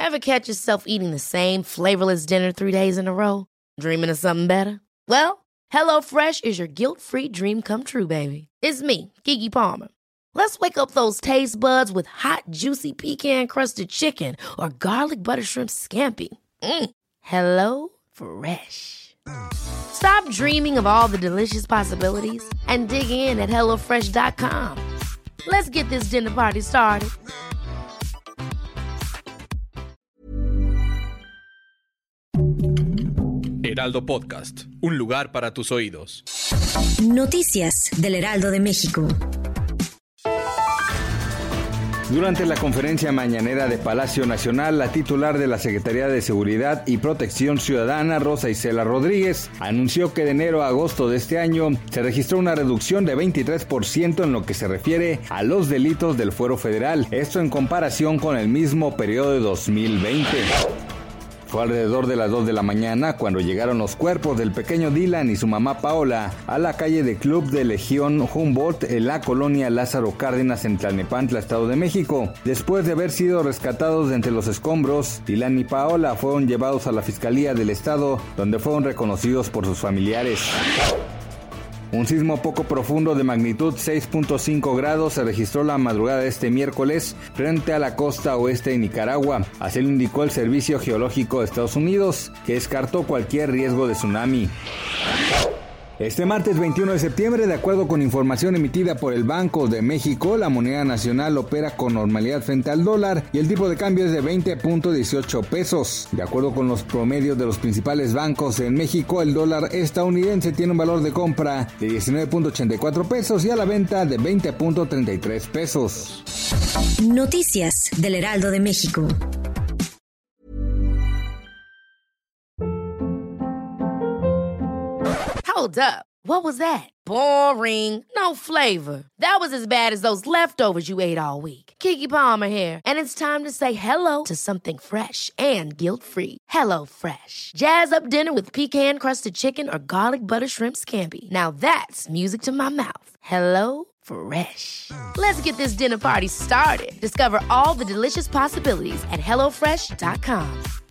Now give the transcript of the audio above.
Ever catch yourself eating the same flavorless dinner 3 days in a row? Dreaming of something better? Well, HelloFresh is your guilt-free dream come true, baby. It's me, Keke Palmer. Let's wake up those taste buds with hot, juicy pecan-crusted chicken or garlic butter shrimp scampi. Hello Fresh. Stop dreaming of all the delicious possibilities and dig in at HelloFresh.com. Let's get this dinner party started. Heraldo Podcast, un lugar para tus oídos. Noticias del Heraldo de México. Durante la conferencia mañanera de Palacio Nacional, la titular de la Secretaría de Seguridad y Protección Ciudadana, Rosa Isela Rodríguez, anunció que de enero a agosto de este año se registró una reducción de 23% en lo que se refiere a los delitos del fuero federal, esto en comparación con el mismo periodo de 2020. Fue alrededor de las 2 de la mañana cuando llegaron los cuerpos del pequeño Dylan y su mamá Paola a la calle de Club de Legión Humboldt en la colonia Lázaro Cárdenas en Tlalnepantla, Estado de México. Después de haber sido rescatados de entre los escombros, Dylan y Paola fueron llevados a la Fiscalía del Estado, donde fueron reconocidos por sus familiares. Un sismo poco profundo de magnitud 6.5 grados se registró la madrugada de este miércoles frente a la costa oeste de Nicaragua. Así lo indicó el Servicio Geológico de Estados Unidos, que descartó cualquier riesgo de tsunami. Este martes 21 de septiembre, de acuerdo con información emitida por el Banco de México, la moneda nacional opera con normalidad frente al dólar y el tipo de cambio es de 20.18 pesos. De acuerdo con los promedios de los principales bancos en México, el dólar estadounidense tiene un valor de compra de 19.84 pesos y a la venta de 20.33 pesos. Noticias del Heraldo de México. Hold up. What was that? Boring. No flavor. That was as bad as those leftovers you ate all week. Keke Palmer here, and it's time to say hello to something fresh and guilt-free. Hello Fresh. Jazz up dinner with pecan-crusted chicken or garlic butter shrimp scampi. Now that's music to my mouth. Hello Fresh. Let's get this dinner party started. Discover all the delicious possibilities at HelloFresh.com.